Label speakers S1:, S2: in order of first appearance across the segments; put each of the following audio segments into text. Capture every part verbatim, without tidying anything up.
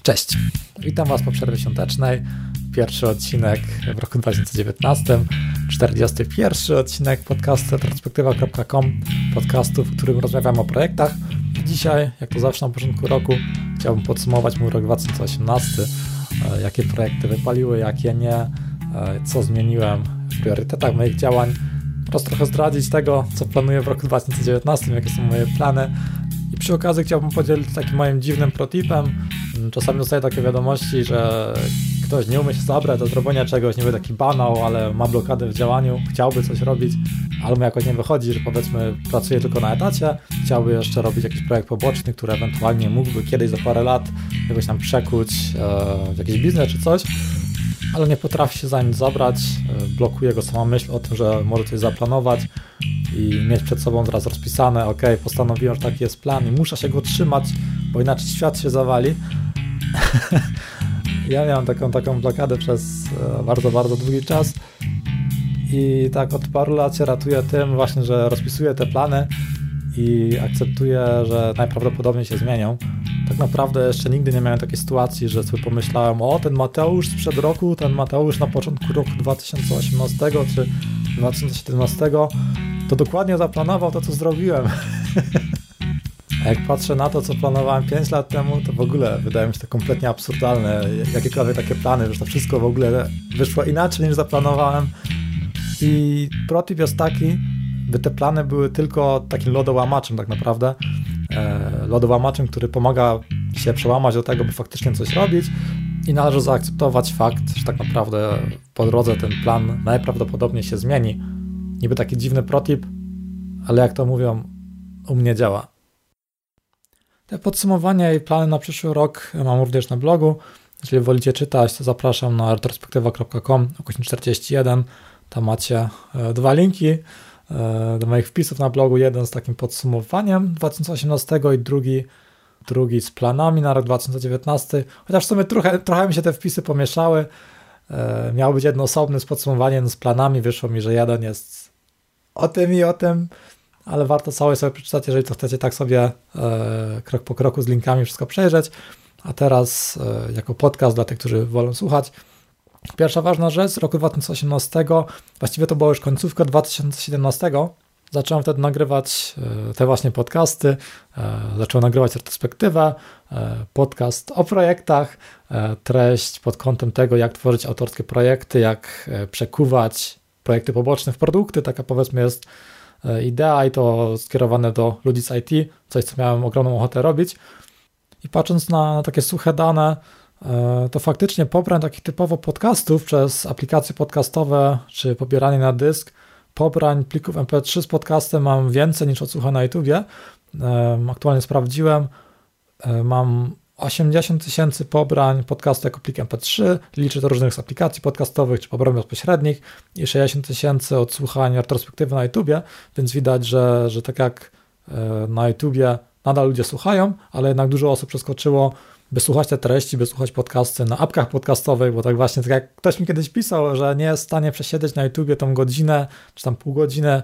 S1: Cześć, witam Was po przerwie świątecznej. Pierwszy odcinek w roku dwa tysiące dziewiętnastym, czterdziesty pierwszy odcinek podcastu retrospektywa kropka com, podcastu, w którym rozmawiam o projektach. I dzisiaj, jak to zawsze na początku roku, chciałbym podsumować mój rok dwa tysiące osiemnasty, jakie projekty wypaliły, jakie nie, co zmieniłem w priorytetach moich działań, oraz trochę zdradzić tego, co planuję w roku dwa tysiące dziewiętnastym, jakie są moje plany. I przy okazji chciałbym podzielić takim moim dziwnym protipem. Czasami dostaję takie wiadomości, że ktoś nie umie się zabrać do zrobienia czegoś, niby taki banał, ale ma blokadę w działaniu, chciałby coś robić, ale mu jakoś nie wychodzi, że powiedzmy pracuje tylko na etacie, chciałby jeszcze robić jakiś projekt poboczny, który ewentualnie mógłby kiedyś za parę lat jakoś tam przekuć e, w jakiś biznes czy coś, ale nie potrafi się za nic zabrać, e, blokuje go sama myśl o tym, że może coś zaplanować i mieć przed sobą teraz rozpisane, ok, postanowiłem, że taki jest plan i muszę się go trzymać, bo inaczej świat się zawali. Ja miałem taką, taką blokadę przez bardzo, bardzo długi czas i tak od paru lat się ratuję tym właśnie, że rozpisuję te plany i akceptuję, że najprawdopodobniej się zmienią. Tak naprawdę jeszcze nigdy nie miałem takiej sytuacji, że sobie pomyślałem, o ten Mateusz sprzed roku, ten Mateusz na początku roku dwa tysiące osiemnastego czy dwa tysiące siedemnastego to dokładnie zaplanował to, co zrobiłem. A jak patrzę na to, co planowałem pięć lat temu, to w ogóle wydaje mi się to kompletnie absurdalne. Jakiekolwiek takie plany, że to wszystko w ogóle wyszło inaczej niż zaplanowałem. I protip jest taki, by te plany były tylko takim lodołamaczem tak naprawdę. E, lodołamaczem, który pomaga się przełamać do tego, by faktycznie coś robić. I należy zaakceptować fakt, że tak naprawdę po drodze ten plan najprawdopodobniej się zmieni. Niby taki dziwny protip, ale jak to mówią, u mnie działa. Te podsumowania i plany na przyszły rok mam również na blogu. Jeżeli wolicie czytać, to zapraszam na retrospektywa kropka com, ukośnik czterdzieści jeden. Tam macie dwa linki do moich wpisów na blogu. Jeden z takim podsumowaniem dwa tysiące osiemnastego i drugi, drugi z planami na rok dwa tysiące dziewiętnasty. Chociaż w sumie trochę, trochę mi się te wpisy pomieszały. Miał być jednoosobny z podsumowaniem z planami. Wyszło mi, że jeden jest o tym i o tym. Ale warto całość sobie przeczytać, jeżeli to chcecie tak sobie e, krok po kroku z linkami wszystko przejrzeć. A teraz e, jako podcast dla tych, którzy wolą słuchać. Pierwsza ważna rzecz z roku dwa tysiące osiemnastego, właściwie to była już końcówka dwa tysiące siedemnastego. Zacząłem wtedy nagrywać e, te właśnie podcasty. E, zacząłem nagrywać retrospektywę, e, podcast o projektach, e, treść pod kątem tego, jak tworzyć autorskie projekty, jak e, przekuwać projekty poboczne w produkty. Taka powiedzmy jest idea i to skierowane do ludzi z I T, coś co miałem ogromną ochotę robić. I patrząc na takie suche dane, to faktycznie pobrań takich typowo podcastów przez aplikacje podcastowe czy pobieranie na dysk, pobrań plików M P trzy z podcastem mam więcej niż odsłucha na YouTubie. Aktualnie sprawdziłem, mam osiemdziesiąt tysięcy pobrań podcastu jako plik M P trzy, liczę to różnych z aplikacji podcastowych czy pobrań bezpośrednich i sześćdziesiąt tysięcy odsłuchań retrospektywy na YouTubie, więc widać, że, że tak jak na YouTubie nadal ludzie słuchają, ale jednak dużo osób przeskoczyło, by słuchać te treści, by słuchać podcasty na apkach podcastowych, bo tak właśnie, tak jak ktoś mi kiedyś pisał, że nie jest w stanie przesiedzieć na YouTubie tą godzinę czy tam pół godziny,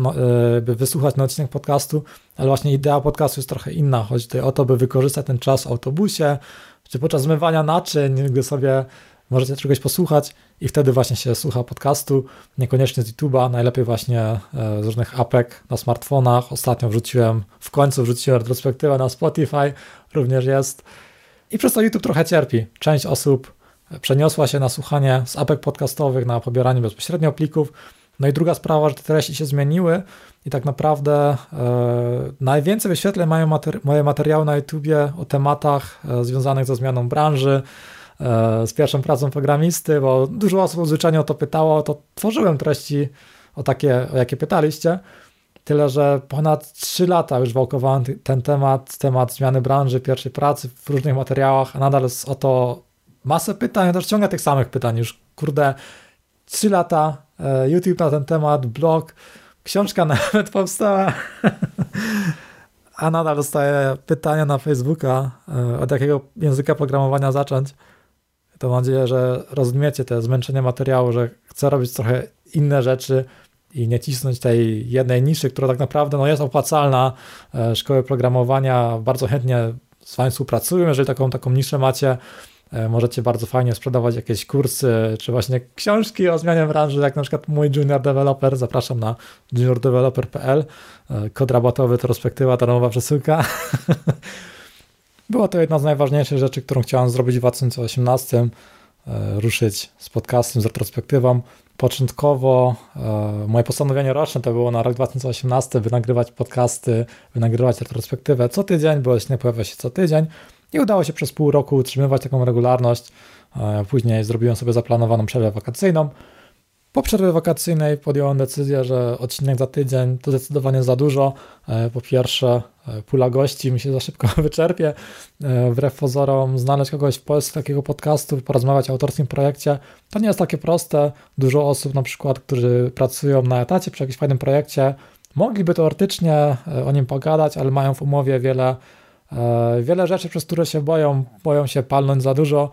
S1: by wysłuchać na odcinek podcastu, ale właśnie idea podcastu jest trochę inna. Chodzi tutaj o to, by wykorzystać ten czas w autobusie, czy podczas zmywania naczyń, gdy sobie możecie czegoś posłuchać i wtedy właśnie się słucha podcastu, niekoniecznie z YouTube'a, najlepiej właśnie z różnych apek na smartfonach. Ostatnio wrzuciłem, w końcu wrzuciłem retrospektywę na Spotify, również jest. I przez to YouTube trochę cierpi. Część osób przeniosła się na słuchanie z apek podcastowych, na pobieranie bezpośrednio plików. No i druga sprawa, że te treści się zmieniły i tak naprawdę e, najwięcej wyświetleń mają materi- moje materiały na YouTubie o tematach e, związanych ze zmianą branży, e, z pierwszą pracą programisty, bo dużo osób zwyczajnie o to pytało, to tworzyłem treści o takie, o jakie pytaliście, tyle że ponad trzy lata już wałkowałem t- ten temat, temat zmiany branży, pierwszej pracy w różnych materiałach, a nadal jest o to masę pytań, ja też ciągnę tych samych pytań już, kurde, trzy lata, YouTube na ten temat, blog, książka nawet powstała, a nadal dostaję pytania na Facebooka, od jakiego języka programowania zacząć. To mam nadzieję, że rozumiecie te zmęczenie materiału, że chcę robić trochę inne rzeczy i nie cisnąć tej jednej niszy, która tak naprawdę no, jest opłacalna. Szkoły programowania bardzo chętnie z Wami współpracują. Jeżeli taką, taką niszę macie, możecie bardzo fajnie sprzedawać jakieś kursy, czy właśnie książki o zmianie branży, jak na przykład mój Junior Developer. Zapraszam na junior developer kropka p l. Kod rabatowy to respektywa, ta nowa przesyłka. Była to jedna z najważniejszych rzeczy, którą chciałem zrobić w dwa tysiące osiemnastym. Ruszyć z podcastem, z retrospektywą. Początkowo e, moje postanowienie roczne to było na rok dwa tysiące osiemnasty, by nagrywać podcasty, by nagrywać retrospektywę co tydzień, bo jeśli nie pojawia się co tydzień i udało się przez pół roku utrzymywać taką regularność. E, później zrobiłem sobie zaplanowaną przerwę wakacyjną. Po przerwie wakacyjnej podjąłem decyzję, że odcinek za tydzień to zdecydowanie za dużo. Po pierwsze, pula gości mi się za szybko wyczerpie. Wbrew pozorom, znaleźć kogoś w Polsce takiego podcastu, porozmawiać o autorskim projekcie, to nie jest takie proste. Dużo osób na przykład, którzy pracują na etacie przy jakimś fajnym projekcie, mogliby teoretycznie o nim pogadać, ale mają w umowie wiele, wiele rzeczy, przez które się boją, boją się palnąć za dużo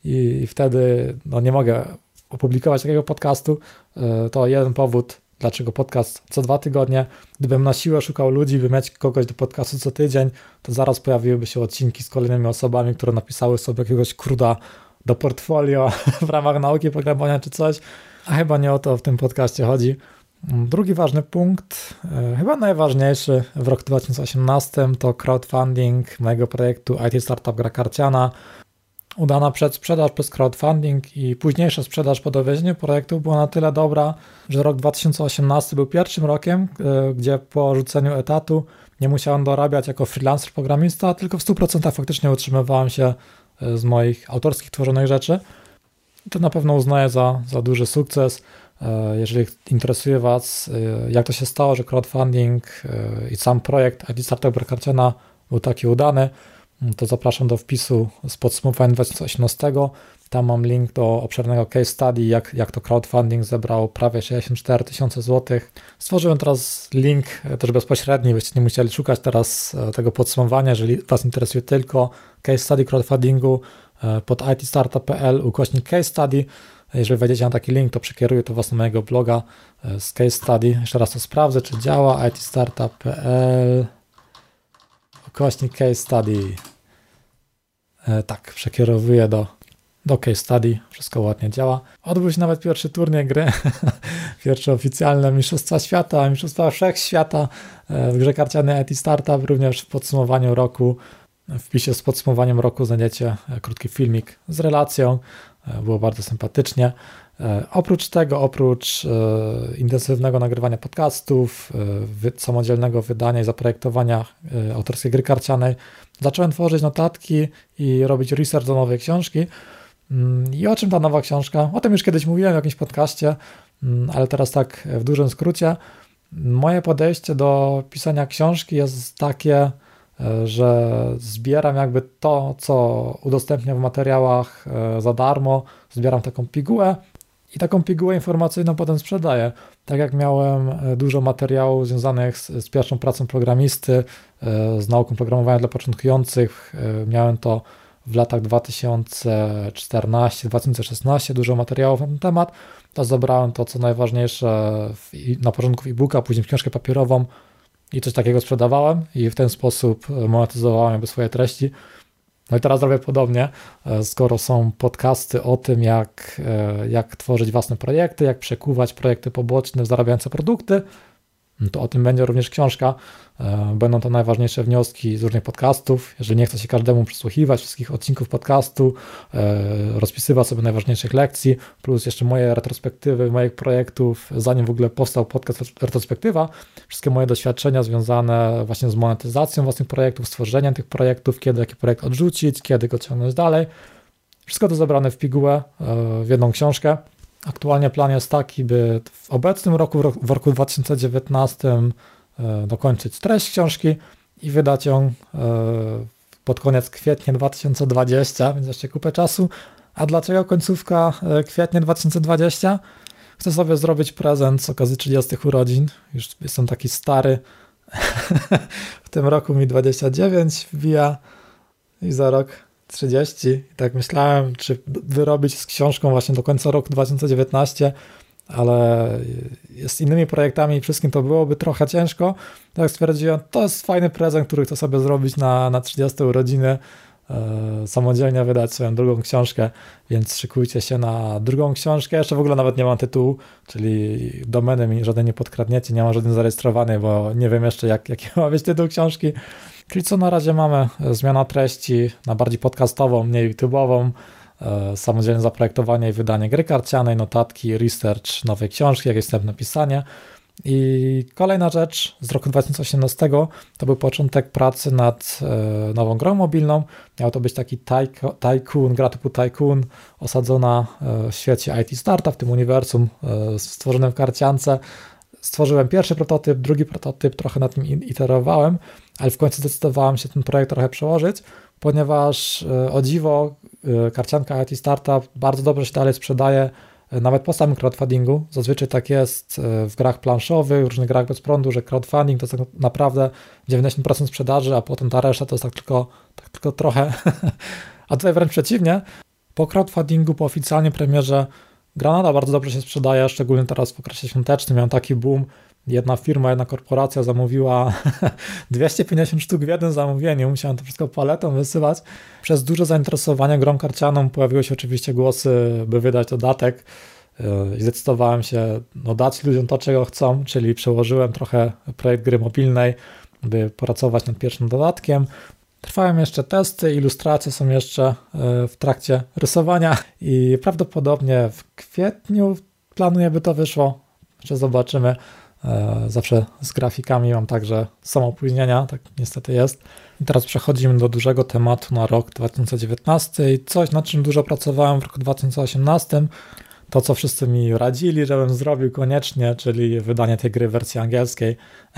S1: i wtedy no, nie mogę opublikować takiego podcastu. To jeden powód, dlaczego podcast co dwa tygodnie. Gdybym na siłę szukał ludzi, by mieć kogoś do podcastu co tydzień, to zaraz pojawiłyby się odcinki z kolejnymi osobami, które napisały sobie jakiegoś kruda do portfolio w ramach nauki programowania czy coś, a chyba nie o to w tym podcaście chodzi. Drugi ważny punkt, chyba najważniejszy w roku dwa tysiące osiemnastym, to crowdfunding mojego projektu I T Startup Gra Karciana. Udana przedsprzedaż przez crowdfunding i późniejsza sprzedaż po dowiezieniu projektu była na tyle dobra, że rok dwa tysiące osiemnasty był pierwszym rokiem, gdzie po rzuceniu etatu nie musiałem dorabiać jako freelancer programista, tylko w stu procentach faktycznie utrzymywałem się z moich autorskich tworzonych rzeczy. I to na pewno uznaję za, za duży sukces. Jeżeli interesuje Was, jak to się stało, że crowdfunding i sam projekt I T Startup Gra Karciana był taki udany, to zapraszam do wpisu z podsumowania dwa tysiące osiemnastego. Tam mam link do obszernego case study, jak, jak to crowdfunding zebrał prawie sześćdziesiąt cztery tysiące złotych. Stworzyłem teraz link też bezpośredni, byście nie musieli szukać teraz tego podsumowania, jeżeli Was interesuje tylko case study crowdfundingu, pod i t startup kropka p l ukośnik case study. Jeżeli wejdziecie na taki link, to przekieruję to Was do mojego bloga z case study. Jeszcze raz to sprawdzę, czy działa. i t startup kropka p l ukośnik case study. E, tak, przekierowuję do, do case study, wszystko ładnie działa. Odbył się nawet pierwszy turniej gry, pierwsze oficjalne Mistrzostwa Świata, Mistrzostwa Wszechświata w grze karcianej I T Startup, również w podsumowaniu roku, w wpisie z podsumowaniem roku znajdziecie krótki filmik z relacją, było bardzo sympatycznie. E, oprócz tego, oprócz e, intensywnego nagrywania podcastów, e, wy, samodzielnego wydania i zaprojektowania e, autorskiej gry karcianej, zacząłem tworzyć notatki i robić research do nowej książki. Mm, I o czym ta nowa książka? O tym już kiedyś mówiłem w jakimś podcaście, mm, ale teraz tak w dużym skrócie. Moje podejście do pisania książki jest takie, e, że zbieram jakby to, co udostępniam w materiałach e, za darmo, zbieram taką pigułę i taką pigułę informacyjną potem sprzedaję. Tak jak miałem dużo materiałów związanych z, z pierwszą pracą programisty, z nauką programowania dla początkujących, miałem to w latach dwa tysiące czternastym do dwa tysiące szesnastego, dużo materiałów na ten temat, to zebrałem to, co najważniejsze w, na początku e-booka, później w książkę papierową i coś takiego sprzedawałem i w ten sposób monetyzowałem jakby swoje treści. No i teraz robię podobnie, skoro są podcasty o tym, jak, jak tworzyć własne projekty, jak przekuwać projekty poboczne w zarabiające produkty, to o tym będzie również książka. Będą to najważniejsze wnioski z różnych podcastów. Jeżeli nie chce się każdemu przysłuchiwać wszystkich odcinków podcastu, rozpisywać sobie najważniejszych lekcji, plus jeszcze moje retrospektywy moich projektów, zanim w ogóle powstał podcast Retrospektywa, wszystkie moje doświadczenia związane właśnie z monetyzacją własnych projektów, stworzeniem tych projektów, kiedy jaki projekt odrzucić, kiedy go ciągnąć dalej. Wszystko to zebrane w pigułę, w jedną książkę. Aktualnie plan jest taki, by w obecnym roku, w roku dwa tysiące dziewiętnastym dokończyć treść książki i wydać ją pod koniec kwietnia dwa tysiące dwudziestego, więc jeszcze kupę czasu. A dlaczego końcówka kwietnia dwa tysiące dwudziestego? Chcę sobie zrobić prezent z okazji trzydziestych urodzin. Już jestem taki stary. W tym roku mi dwadzieścia dziewięć wbija i za rok trzydzieści. I tak myślałem, czy wyrobić z książką właśnie do końca roku dwa tysiące dziewiętnastego ale z innymi projektami i wszystkim to byłoby trochę ciężko. Tak stwierdziłem, to jest fajny prezent, który chcę sobie zrobić na, na trzydzieste urodziny, e, samodzielnie wydać swoją drugą książkę, więc szykujcie się na drugą książkę. Jeszcze w ogóle nawet nie mam tytułu, czyli domeny mi żaden nie podkradniecie, nie mam żaden zarejestrowany, bo nie wiem jeszcze jak, jaki ma być tytuł książki. Czyli co na razie mamy? Zmiana treści na bardziej podcastową, mniej YouTube'ową, samodzielne zaprojektowanie i wydanie gry karcianej, notatki, research nowej książki, jakieś wstępne pisanie. I kolejna rzecz z roku dwa tysiące osiemnastego to był początek pracy nad e, nową grą mobilną. Miał to być taki tycoon, gra typu tycoon, osadzona w świecie I T startup, w tym uniwersum e, stworzonym w karciance. Stworzyłem pierwszy prototyp, drugi prototyp, trochę nad nim iterowałem, ale w końcu zdecydowałem się ten projekt trochę przełożyć, ponieważ e, o dziwo e, karcianka I T startup bardzo dobrze się dalej sprzedaje, nawet po samym crowdfundingu. Zazwyczaj tak jest w grach planszowych, w różnych grach bez prądu, że crowdfunding to jest tak naprawdę dziewięćdziesiąt procent sprzedaży, a potem ta reszta to jest tak tylko, tak tylko trochę. A tutaj wręcz przeciwnie. Po crowdfundingu, po oficjalnej premierze gra nadal bardzo dobrze się sprzedaje, szczególnie teraz w okresie świątecznym. Miałem taki boom. Jedna firma, jedna korporacja zamówiła dwieście pięćdziesiąt sztuk w jednym zamówieniu. Musiałem to wszystko paletą wysyłać. Przez duże zainteresowanie grą karcianą pojawiły się oczywiście głosy, by wydać dodatek. I zdecydowałem się no, dać ludziom to, czego chcą, czyli przełożyłem trochę projekt gry mobilnej, by pracować nad pierwszym dodatkiem. Trwają jeszcze testy, ilustracje są jeszcze w trakcie rysowania i prawdopodobnie w kwietniu planuję, by to wyszło. Jeszcze zobaczymy. Zawsze z grafikami mam tak, że są opóźnienia, tak niestety jest. I teraz przechodzimy do dużego tematu na rok dwa tysiące dziewiętnasty i coś, nad czym dużo pracowałem w roku dwa tysiące osiemnastym, to co wszyscy mi radzili, żebym zrobił koniecznie, czyli wydanie tej gry w wersji angielskiej.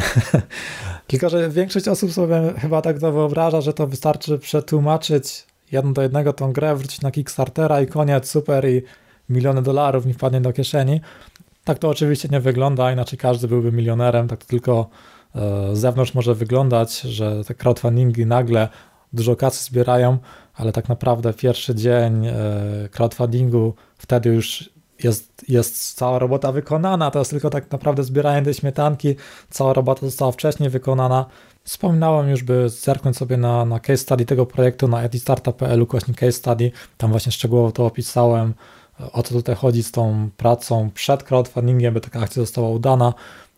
S1: Tylko że większość osób sobie chyba tak to wyobraża, że to wystarczy przetłumaczyć jedno do jednego tą grę, wrzucić na Kickstartera i koniec, super, i miliony dolarów mi wpadnie do kieszeni. Tak to oczywiście nie wygląda, inaczej każdy byłby milionerem, tak to tylko z zewnątrz może wyglądać, że te crowdfundingi nagle dużo kasy zbierają, ale tak naprawdę pierwszy dzień crowdfundingu, wtedy już jest, jest cała robota wykonana, to jest tylko tak naprawdę zbieranie tej śmietanki, cała robota została wcześniej wykonana. Wspominałem już, by zerknąć sobie na, na case study tego projektu na etistartup kropka p l ukośnik case study, tam właśnie szczegółowo to opisałem, o co tutaj chodzi z tą pracą przed crowdfundingiem, by taka akcja została udana.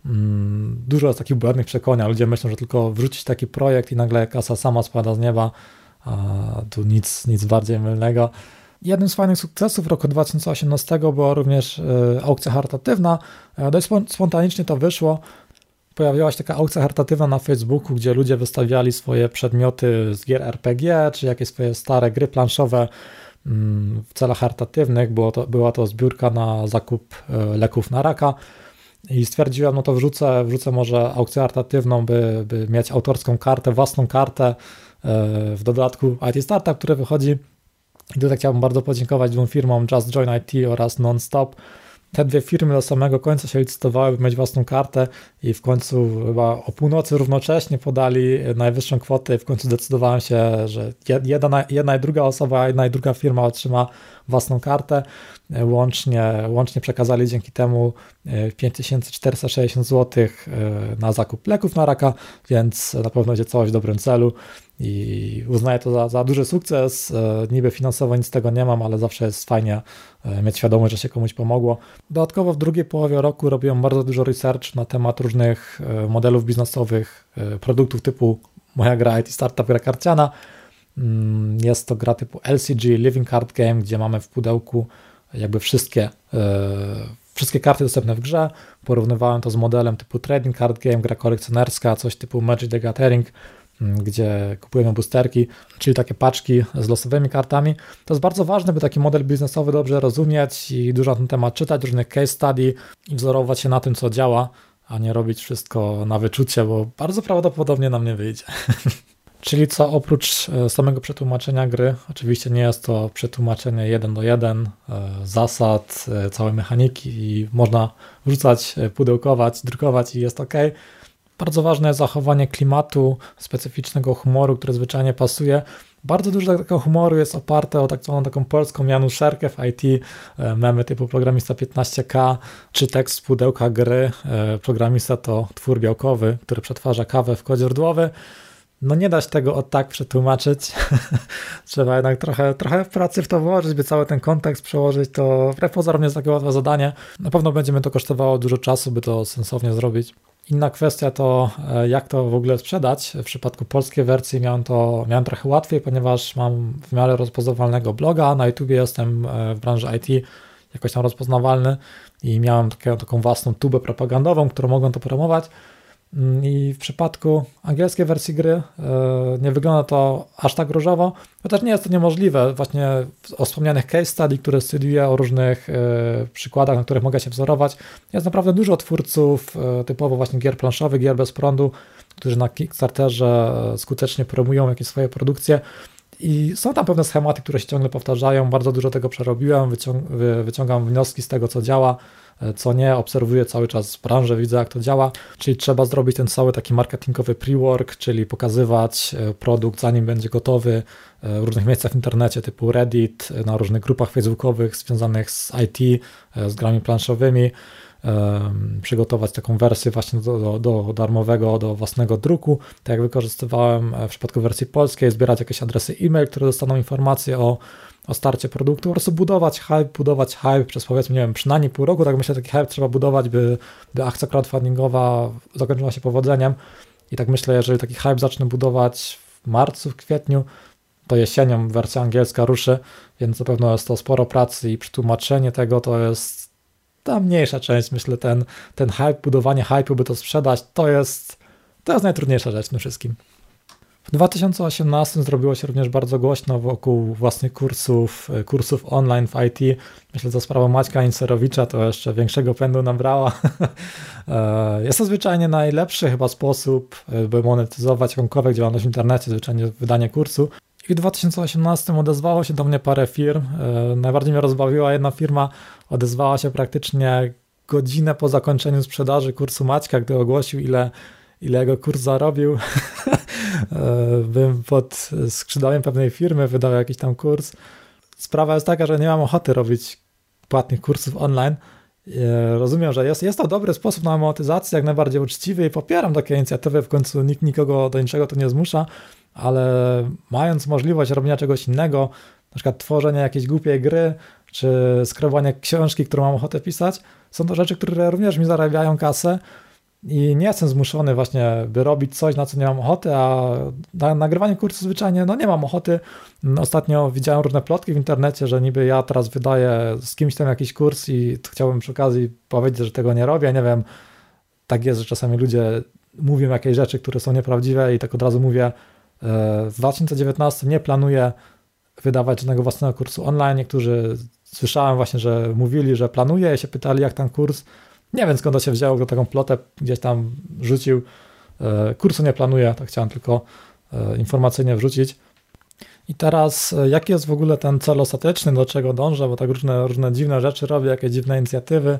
S1: Dużo jest takich błędnych przekonań. Ludzie myślą, że tylko wrzucić taki projekt i nagle kasa sama spada z nieba. A tu nic, nic bardziej mylnego. Jednym z fajnych sukcesów roku dwa tysiące osiemnastego była również aukcja charytatywna. Dość spontanicznie to wyszło. Pojawiła się taka aukcja charytatywna na Facebooku, gdzie ludzie wystawiali swoje przedmioty z gier R P G, czy jakieś swoje stare gry planszowe w celach charytatywnych. Było to, była to zbiórka na zakup leków na raka i stwierdziłem, no to wrzucę, wrzucę może aukcję charytatywną, by, by mieć autorską kartę, własną kartę w dodatku I T Startup, który wychodzi. I tutaj chciałbym bardzo podziękować dwóm firmom, Just Join I T oraz Nonstop. Te dwie firmy do samego końca się licytowały, by mieć własną kartę i w końcu chyba o północy równocześnie podali najwyższą kwotę i w końcu zdecydowałem się, że jedna, jedna i druga osoba, jedna i druga firma otrzyma własną kartę. Łącznie, łącznie przekazali dzięki temu pięć tysięcy czterysta sześćdziesiąt złotych na zakup leków na raka, więc na pewno będzie całość w dobrym celu i uznaję to za, za duży sukces. Niby finansowo nic z tego nie mam, ale zawsze jest fajnie mieć świadomość, że się komuś pomogło. Dodatkowo w drugiej połowie roku robiłem bardzo dużo research na temat różnych modelów biznesowych, produktów typu moja gra I T Startup, gra karciana. Jest to gra typu L C G, Living Card Game, gdzie mamy w pudełku jakby wszystkie, yy, wszystkie karty dostępne w grze. Porównywałem to z modelem typu Trading Card Game, gra kolekcjonerska, coś typu Magic the Gathering, yy, gdzie kupujemy boosterki, czyli takie paczki z losowymi kartami. To jest bardzo ważne, by taki model biznesowy dobrze rozumieć i dużo na ten temat czytać, różnych case study i wzorować się na tym, co działa, a nie robić wszystko na wyczucie, bo bardzo prawdopodobnie nam nie wyjdzie. Czyli co oprócz samego przetłumaczenia gry, oczywiście nie jest to przetłumaczenie jeden do jeden zasad, całej mechaniki i można wrzucać, pudełkować, drukować i jest ok. Bardzo ważne jest zachowanie klimatu, specyficznego humoru, który zwyczajnie pasuje, Bardzo dużo takiego humoru jest oparte o tak zwaną taką polską januszerkę w I T, memy typu programista piętnaście K, czy tekst z pudełka gry. Programista to twór białkowy, który przetwarza kawę w kod źródłowy. No nie da się tego od tak przetłumaczyć. Trzeba jednak trochę, trochę pracy w to włożyć, by cały ten kontekst przełożyć. To wbrew pozorom nie jest takie łatwe zadanie. Na pewno będzie mi to kosztowało dużo czasu, by to sensownie zrobić. Inna kwestia to, jak to w ogóle sprzedać. W przypadku polskiej wersji miałem to miałem trochę łatwiej, ponieważ mam w miarę rozpoznawalnego bloga. Na YouTubie jestem w branży I T jakoś tam rozpoznawalny i miałem taką, taką własną tubę propagandową, którą mogłem to promować. I w przypadku angielskiej wersji gry nie wygląda to aż tak różowo, chociaż nie jest to niemożliwe. Właśnie o wspomnianych case study, które studiuję, o różnych przykładach, na których mogę się wzorować, jest naprawdę dużo twórców typowo właśnie gier planszowych, gier bez prądu, którzy na Kickstarterze skutecznie promują jakieś swoje produkcje i są tam pewne schematy, które się ciągle powtarzają. Bardzo dużo tego przerobiłem, wyciąg- wyciągam wnioski z tego, co działa, co nie, obserwuję cały czas branżę, widzę jak to działa, czyli trzeba zrobić ten cały taki marketingowy pre-work, czyli pokazywać produkt zanim będzie gotowy w różnych miejscach w internecie typu Reddit, na różnych grupach facebookowych związanych z I T, z grami planszowymi, um, przygotować taką wersję właśnie do, do, do darmowego, do własnego druku, tak jak wykorzystywałem w przypadku wersji polskiej, zbierać jakieś adresy e-mail, które dostaną informacje o o starcie produktu, po prostu budować hype, budować hype przez powiedzmy, nie wiem, przynajmniej pół roku, tak myślę, taki hype trzeba budować, by, by akcja crowdfundingowa zakończyła się powodzeniem i tak myślę, jeżeli taki hype zacznę budować w marcu, w kwietniu, to jesienią wersja angielska ruszy, więc na pewno jest to sporo pracy i przetłumaczenie tego to jest ta mniejsza część, myślę, ten, ten hype, budowanie hype'u, by to sprzedać, to jest, to jest najtrudniejsza rzecz w tym wszystkim. W dwa tysiące osiemnastym zrobiło się również bardzo głośno wokół własnych kursów, kursów online w I T. Myślę, że za sprawą Maćka Inserowicza to jeszcze większego pędu nabrała. Jest to zwyczajnie najlepszy chyba sposób, by monetyzować jakąkolwiek działalność w internecie, zwyczajnie wydanie kursu. I w dwa tysiące osiemnastym odezwało się do mnie parę firm. Najbardziej mnie rozbawiła jedna firma, odezwała się praktycznie godzinę po zakończeniu sprzedaży kursu Maćka, gdy ogłosił, ile ile jego kurs zarobił, bym pod skrzydłami pewnej firmy wydał jakiś tam kurs. Sprawa jest taka, że nie mam ochoty robić płatnych kursów online. Rozumiem, że jest, jest to dobry sposób na monetyzację, jak najbardziej uczciwy i popieram takie inicjatywy, w końcu nikt nikogo do niczego to nie zmusza, ale mając możliwość robienia czegoś innego, na przykład tworzenia jakiejś głupiej gry, czy skreowania książki, którą mam ochotę pisać, są to rzeczy, które również mi zarabiają kasę, i nie jestem zmuszony właśnie, by robić coś, na co nie mam ochoty, a na nagrywanie kursu zwyczajnie no nie mam ochoty. Ostatnio widziałem różne plotki w internecie, że niby ja teraz wydaję z kimś tam jakiś kurs i chciałbym przy okazji powiedzieć, że tego nie robię. Nie wiem, tak jest, że czasami ludzie mówią jakieś rzeczy, które są nieprawdziwe i tak od razu mówię, w dwa tysiące dziewiętnastym nie planuję wydawać żadnego własnego kursu online. Niektórzy słyszałem właśnie, że mówili, że planuję i się pytali, jak ten kurs. Nie wiem, skąd to się wzięło, kto taką plotę gdzieś tam rzucił. Kursu nie planuję, tak chciałem tylko informacyjnie wrzucić. I teraz, jaki jest w ogóle ten cel ostateczny, do czego dążę, bo tak różne, różne dziwne rzeczy robię, jakieś dziwne inicjatywy.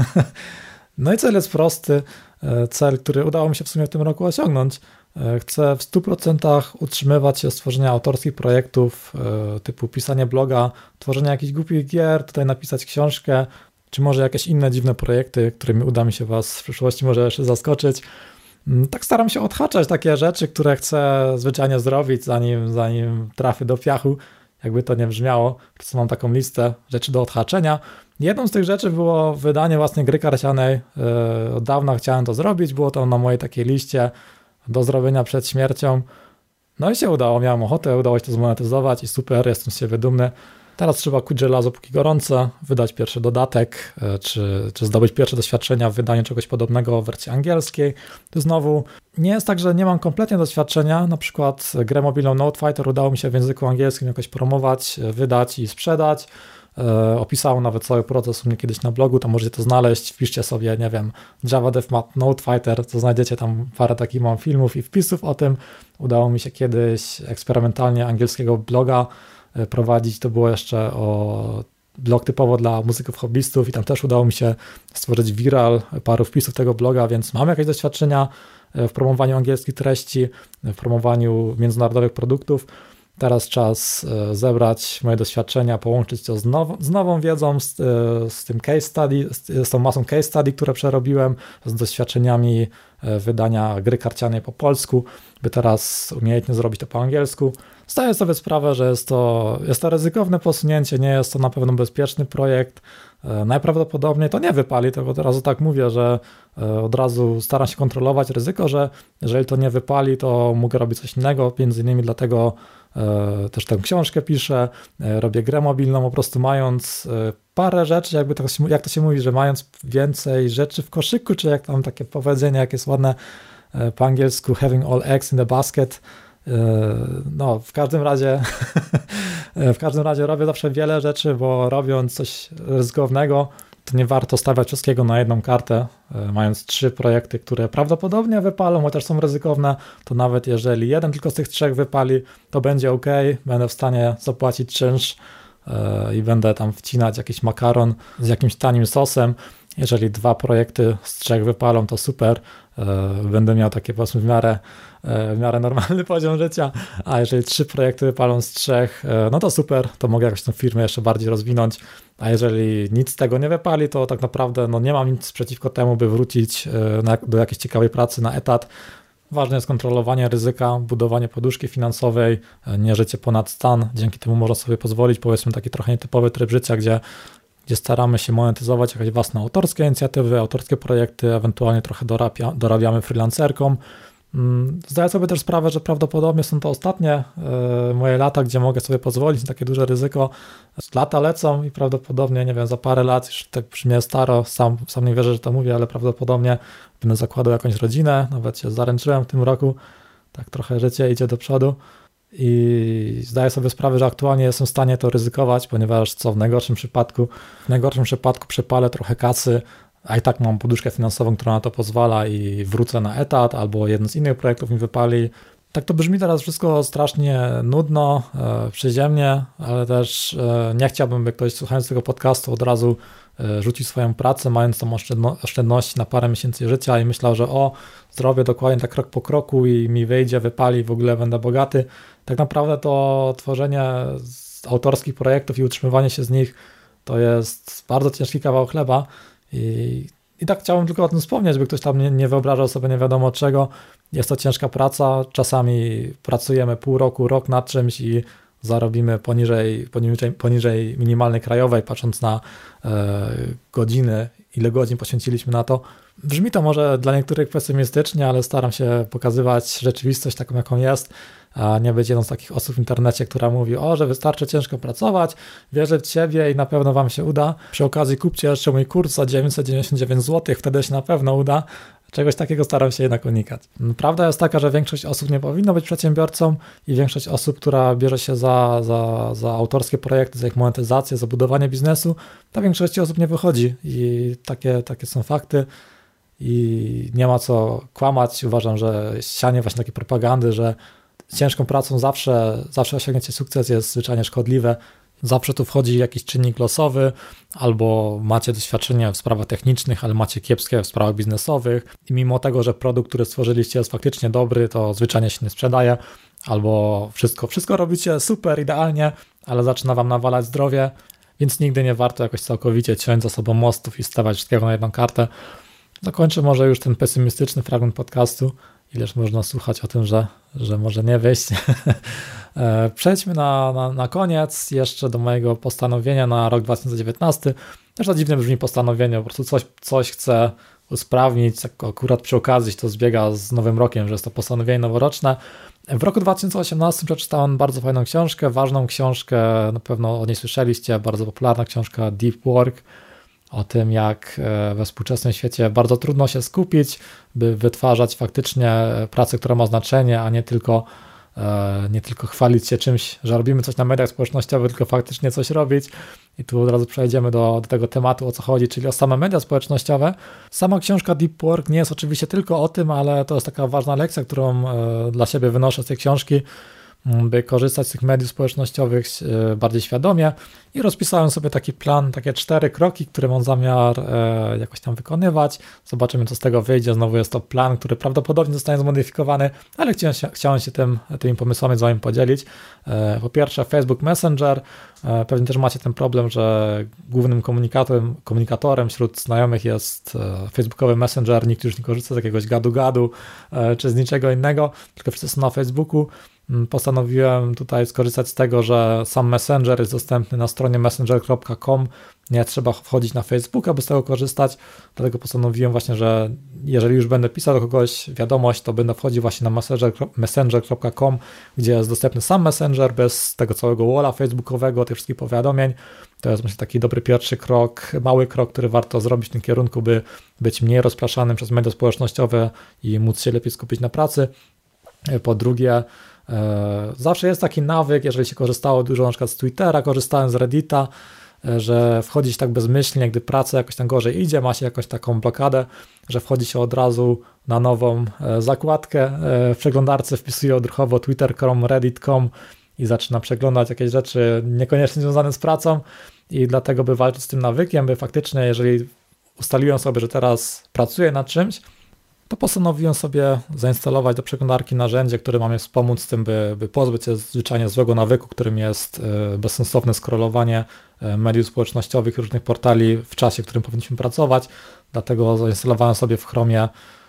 S1: No i cel jest prosty. Cel, który udało mi się w sumie w tym roku osiągnąć. Chcę w stu procentach utrzymywać się z tworzenia autorskich projektów typu pisanie bloga, tworzenia jakichś głupich gier, tutaj napisać książkę, czy może jakieś inne dziwne projekty, którymi uda mi się Was w przyszłości może jeszcze zaskoczyć. Tak staram się odhaczać takie rzeczy, które chcę zwyczajnie zrobić, zanim, zanim trafię do piachu, jakby to nie brzmiało. Po prostu mam taką listę rzeczy do odhaczenia. Jedną z tych rzeczy było wydanie własnej gry karcianej. Od dawna chciałem to zrobić, było to na mojej takiej liście do zrobienia przed śmiercią. No i się udało, miałem ochotę, udało się to zmonetyzować i super, jestem z siebie dumny. Teraz trzeba kuć żelazo póki gorące, wydać pierwszy dodatek, czy, czy zdobyć pierwsze doświadczenia w wydaniu czegoś podobnego w wersji angielskiej. To znowu nie jest tak, że nie mam kompletnie doświadczenia, na przykład grę mobilną Notefighter udało mi się w języku angielskim jakoś promować, wydać i sprzedać. Opisałem nawet cały proces u mnie kiedyś na blogu, to możecie to znaleźć, wpiszcie sobie, nie wiem, Java Dev Mat Notefighter, to znajdziecie tam parę takich mam filmów i wpisów o tym. Udało mi się kiedyś eksperymentalnie angielskiego bloga prowadzić, to było jeszcze o blog typowo dla muzyków hobbystów i tam też udało mi się stworzyć viral paru wpisów tego bloga, więc mam jakieś doświadczenia w promowaniu angielskich treści, w promowaniu międzynarodowych produktów. Teraz czas zebrać moje doświadczenia, połączyć to z, now, z nową wiedzą, z, z tym case study, z, z tą masą case study, które przerobiłem, z doświadczeniami wydania gry karcianej po polsku, by teraz umiejętnie zrobić to po angielsku. Zdaję sobie sprawę, że jest to, jest to ryzykowne posunięcie, nie jest to na pewno bezpieczny projekt. Najprawdopodobniej to nie wypali, tylko od razu tak mówię, że od razu staram się kontrolować ryzyko, że jeżeli to nie wypali, to mogę robić coś innego, między innymi dlatego też tę książkę piszę, robię grę mobilną, po prostu mając parę rzeczy, jakby to się, jak to się mówi, że mając więcej rzeczy w koszyku, czy jak tam takie powiedzenie, jak jest ładne po angielsku, having all eggs in the basket. No, w każdym razie w każdym razie robię zawsze wiele rzeczy, bo robiąc coś ryzykownego, to nie warto stawiać wszystkiego na jedną kartę. Mając trzy projekty, które prawdopodobnie wypalą, chociaż są ryzykowne, to nawet jeżeli jeden tylko z tych trzech wypali, to będzie ok, będę w stanie zapłacić czynsz i będę tam wcinać jakiś makaron z jakimś tanim sosem. Jeżeli dwa projekty z trzech wypalą, to super, będę miał takie, powiedzmy, w miarę, w miarę normalny poziom życia, a jeżeli trzy projekty wypalą z trzech, no to super, to mogę jakoś tę firmę jeszcze bardziej rozwinąć, a jeżeli nic z tego nie wypali, to tak naprawdę no, nie mam nic przeciwko temu, by wrócić na, do jakiejś ciekawej pracy na etat. Ważne jest kontrolowanie ryzyka, budowanie poduszki finansowej, nie życie ponad stan, dzięki temu można sobie pozwolić, powiedzmy, taki trochę nietypowy tryb życia, gdzie gdzie staramy się monetyzować jakieś własne autorskie inicjatywy, autorskie projekty, ewentualnie trochę dorabia, dorabiamy freelancerkom. Zdaję sobie też sprawę, że prawdopodobnie są to ostatnie y, moje lata, gdzie mogę sobie pozwolić na takie duże ryzyko. Lata lecą i prawdopodobnie, nie wiem, za parę lat, już tak brzmi staro, sam, sam nie wierzę, że to mówię, ale prawdopodobnie będę zakładał jakąś rodzinę, nawet się zaręczyłem w tym roku, tak trochę życie idzie do przodu. I zdaję sobie sprawę, że aktualnie jestem w stanie to ryzykować, ponieważ co w najgorszym przypadku, w najgorszym przypadku przepalę trochę kasy, a i tak mam poduszkę finansową, która na to pozwala i wrócę na etat, albo jeden z innych projektów mi wypali. Tak to brzmi teraz wszystko strasznie nudno, e, przyziemnie, ale też e, nie chciałbym, by ktoś słuchając tego podcastu od razu e, rzucił swoją pracę, mając tą oszczędno- oszczędności na parę miesięcy życia i myślał, że o, zrobię dokładnie tak krok po kroku i mi wyjdzie, wypali, w ogóle będę bogaty. Tak naprawdę to tworzenie autorskich projektów i utrzymywanie się z nich to jest bardzo ciężki kawał chleba i, i tak chciałbym tylko o tym wspomnieć, by ktoś tam nie, nie wyobrażał sobie nie wiadomo czego. Jest to ciężka praca, czasami pracujemy pół roku, rok nad czymś i zarobimy poniżej, poniżej, poniżej minimalnej krajowej, patrząc na e, godziny, ile godzin poświęciliśmy na to. Brzmi to może dla niektórych pesymistycznie, ale staram się pokazywać rzeczywistość taką, jaką jest, a nie być jedną z takich osób w internecie, która mówi, o, że wystarczy ciężko pracować, wierzę w ciebie i na pewno wam się uda. Przy okazji kupcie jeszcze mój kurs za dziewięćset dziewięćdziesiąt dziewięć złotych, wtedy się na pewno uda. Czegoś takiego staram się jednak unikać. Prawda jest taka, że większość osób nie powinno być przedsiębiorcą i większość osób, która bierze się za, za, za autorskie projekty, za ich monetyzację, za budowanie biznesu, to większości osób nie wychodzi i takie, takie są fakty. I nie ma co kłamać. Uważam, że sianie właśnie takiej propagandy, że ciężką pracą zawsze, zawsze osiągnięcie sukces jest zwyczajnie szkodliwe. Zawsze tu wchodzi jakiś czynnik losowy, albo macie doświadczenie w sprawach technicznych, ale macie kiepskie w sprawach biznesowych i mimo tego, że produkt, który stworzyliście jest faktycznie dobry, to zwyczajnie się nie sprzedaje, albo wszystko, wszystko robicie super, idealnie, ale zaczyna wam nawalać zdrowie, więc nigdy nie warto jakoś całkowicie ciąć za sobą mostów i stawiać wszystkiego na jedną kartę. Dokończę może już ten pesymistyczny fragment podcastu, ileż można słuchać o tym, że, że może nie wyjść. Przejdźmy na, na, na koniec jeszcze do mojego postanowienia na rok dwa tysiące dziewiętnasty. Też to dziwnie brzmi postanowienie, po prostu coś, coś chcę usprawnić, tak akurat przy okazji to zbiega z nowym rokiem, że jest to postanowienie noworoczne. W roku dwa tysiące osiemnastym przeczytałem bardzo fajną książkę, ważną książkę, na pewno o niej słyszeliście, bardzo popularna książka Deep Work, o tym, jak we współczesnym świecie bardzo trudno się skupić, by wytwarzać faktycznie pracę, która ma znaczenie, a nie tylko, nie tylko chwalić się czymś, że robimy coś na mediach społecznościowych, tylko faktycznie coś robić. I tu od razu przejdziemy do, do tego tematu, o co chodzi, czyli o same media społecznościowe. Sama książka Deep Work nie jest oczywiście tylko o tym, ale to jest taka ważna lekcja, którą dla siebie wynoszę z tej książki, by korzystać z tych mediów społecznościowych bardziej świadomie i rozpisałem sobie taki plan, takie cztery kroki, które mam zamiar e, jakoś tam wykonywać. Zobaczymy, co z tego wyjdzie. Znowu jest to plan, który prawdopodobnie zostanie zmodyfikowany, ale chciałem się, chciałem się tym, tymi pomysłami z wami podzielić. E, po pierwsze Facebook Messenger. E, pewnie też macie ten problem, że głównym komunikatorem, komunikatorem wśród znajomych jest e, facebookowy Messenger. Nikt już nie korzysta z jakiegoś gadu-gadu e, czy z niczego innego, tylko wszyscy są na Facebooku. Postanowiłem tutaj skorzystać z tego, że sam Messenger jest dostępny na stronie messenger kropka com. Nie trzeba wchodzić na Facebook, aby z tego korzystać. Dlatego postanowiłem właśnie, że jeżeli już będę pisał do kogoś wiadomość, to będę wchodził właśnie na messenger kropka com, gdzie jest dostępny sam Messenger bez tego całego walla facebookowego, tych wszystkich powiadomień. To jest myślę taki dobry pierwszy krok, mały krok, który warto zrobić w tym kierunku, by być mniej rozpraszanym przez media społecznościowe i móc się lepiej skupić na pracy. Po drugie, zawsze jest taki nawyk, jeżeli się korzystało dużo na przykład z Twittera, korzystałem z Reddita, że wchodzić tak bezmyślnie, gdy praca jakoś tam gorzej idzie, ma się jakąś taką blokadę, że wchodzi się od razu na nową zakładkę w przeglądarce, wpisuje odruchowo twitter kropka com, reddit kropka com i zaczyna przeglądać jakieś rzeczy niekoniecznie związane z pracą i dlatego by walczyć z tym nawykiem, by faktycznie, jeżeli ustaliłem sobie, że teraz pracuję nad czymś, to postanowiłem sobie zainstalować do przeglądarki narzędzie, które ma mnie wspomóc z tym, by, by pozbyć się zwyczajnie złego nawyku, którym jest bezsensowne scrollowanie mediów społecznościowych, różnych portali w czasie, w którym powinniśmy pracować. Dlatego zainstalowałem sobie w Chromie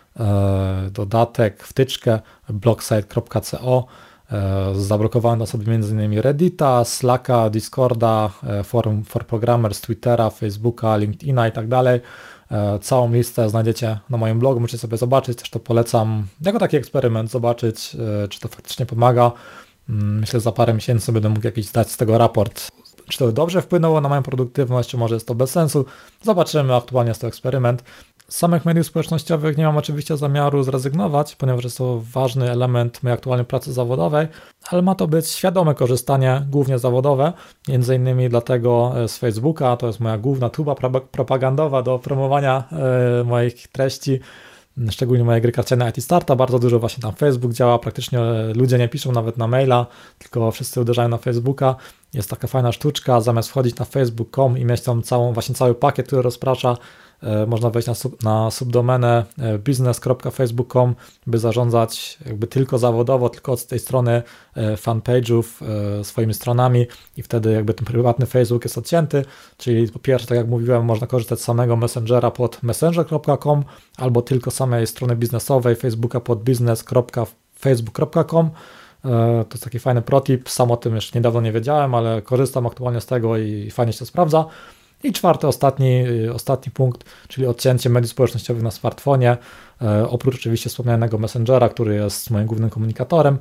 S1: dodatek, wtyczkę blocksite kropka co. Zablokowałem na sobie m.in. Reddita, Slacka, Discorda, Forum for Programmers, Twittera, Facebooka, LinkedIna i tak dalej. Całą listę znajdziecie na moim blogu, możecie sobie zobaczyć, też to polecam jako taki eksperyment, zobaczyć, czy to faktycznie pomaga. Myślę, że za parę miesięcy będę mógł jakiś dać z tego raport, czy to dobrze wpłynęło na moją produktywność, czy może jest to bez sensu. Zobaczymy, aktualnie jest to eksperyment. Z samych mediów społecznościowych nie mam oczywiście zamiaru zrezygnować, ponieważ jest to ważny element mojej aktualnej pracy zawodowej, ale ma to być świadome korzystanie, głównie zawodowe, między innymi dlatego z Facebooka, to jest moja główna tuba propagandowa do promowania e, moich treści, szczególnie moje gry karciane I T Starta, bardzo dużo właśnie tam Facebook działa, praktycznie ludzie nie piszą nawet na maila, tylko wszyscy uderzają na Facebooka. Jest taka fajna sztuczka, zamiast wchodzić na facebook kropka com i mieć tam całą, właśnie cały pakiet, który rozprasza, można wejść na, sub, na subdomenę business kropka facebook kropka com, by zarządzać jakby tylko zawodowo, tylko od tej strony fanpage'ów swoimi stronami i wtedy jakby ten prywatny Facebook jest odcięty, czyli po pierwsze, tak jak mówiłem, można korzystać z samego Messengera pod messenger kropka com albo tylko samej strony biznesowej Facebooka pod business kropka facebook kropka com. To jest taki fajny protip, sam o tym jeszcze niedawno nie wiedziałem, ale korzystam aktualnie z tego i fajnie się to sprawdza. I czwarty, ostatni, ostatni punkt, czyli odcięcie mediów społecznościowych na smartfonie, e, oprócz oczywiście wspomnianego Messengera, który jest moim głównym komunikatorem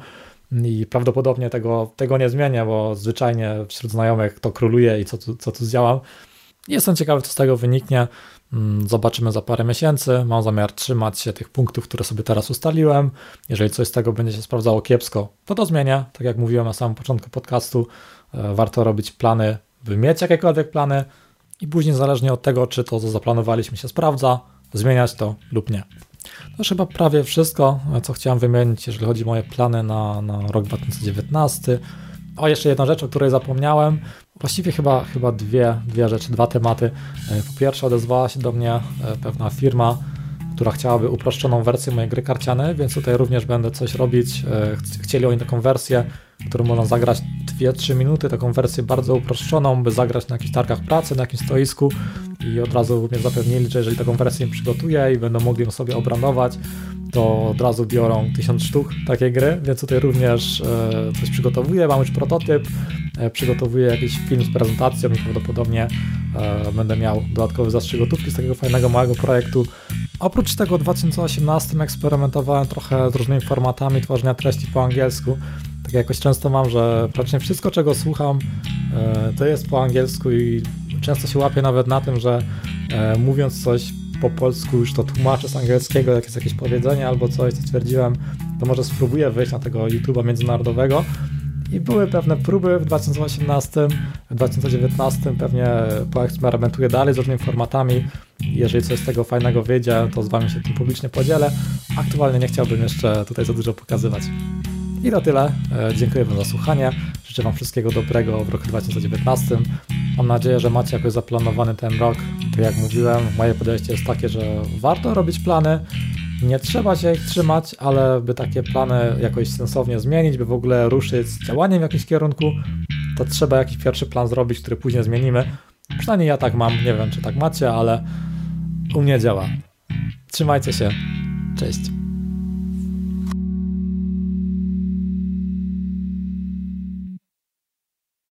S1: i prawdopodobnie tego, tego nie zmienię, bo zwyczajnie wśród znajomych to króluje i co tu, co tu zdziałam. Jestem ciekawy, co z tego wyniknie. Zobaczymy za parę miesięcy. Mam zamiar trzymać się tych punktów, które sobie teraz ustaliłem. Jeżeli coś z tego będzie się sprawdzało kiepsko, to to zmienię. Tak jak mówiłem na samym początku podcastu, e, warto robić plany, by mieć jakiekolwiek plany, i później zależnie od tego, czy to, co zaplanowaliśmy, się sprawdza, zmieniać to lub nie. To już chyba prawie wszystko, co chciałem wymienić, jeżeli chodzi o moje plany na, na rok dwa tysiące dziewiętnasty. O, jeszcze jedna rzecz, o której zapomniałem. Właściwie chyba, chyba dwie, dwie rzeczy, dwa tematy. Po pierwsze, odezwała się do mnie pewna firma, która chciałaby uproszczoną wersję mojej gry karcianej, więc tutaj również będę coś robić. Chcieli oni taką wersję, którą można zagrać dwie trzy minuty, taką wersję bardzo uproszczoną, by zagrać na jakichś targach pracy, na jakimś stoisku i od razu mnie zapewnili, że jeżeli taką wersję im przygotuję i będą mogli ją sobie obrandować, to od razu biorą tysiąc sztuk takiej gry, więc tutaj również e, coś przygotowuję, mam już prototyp, e, przygotowuję jakiś film z prezentacją i prawdopodobnie e, będę miał dodatkowy zastrzyk gotówki z takiego fajnego małego projektu. Oprócz tego w dwa tysiące osiemnastym eksperymentowałem trochę z różnymi formatami tworzenia treści po angielsku. Tak jakoś często mam, że praktycznie wszystko, czego słucham, e, to jest po angielsku i często się łapię nawet na tym, że e, mówiąc coś po polsku już to tłumaczę z angielskiego, jak jest jakieś powiedzenie albo coś, co stwierdziłem, to może spróbuję wejść na tego YouTube'a międzynarodowego. I były pewne próby w dwa tysiące osiemnastym, w dwa tysiące dziewiętnastym pewnie poeksperymentuję dalej z różnymi formatami. Jeżeli coś z tego fajnego wyjdzie, to z wami się tym publicznie podzielę. Aktualnie nie chciałbym jeszcze tutaj za dużo pokazywać. I to tyle. Dziękuję Wam za słuchanie. Życzę Wam wszystkiego dobrego w roku dwa tysiące dziewiętnastym. Mam nadzieję, że macie jakoś zaplanowany ten rok. Tak jak mówiłem, moje podejście jest takie, że warto robić plany. Nie trzeba się ich trzymać, ale by takie plany jakoś sensownie zmienić, by w ogóle ruszyć z działaniem w jakimś kierunku, to trzeba jakiś pierwszy plan zrobić, który później zmienimy. Przynajmniej ja tak mam, nie wiem czy tak macie, ale u mnie działa. Trzymajcie się. Cześć.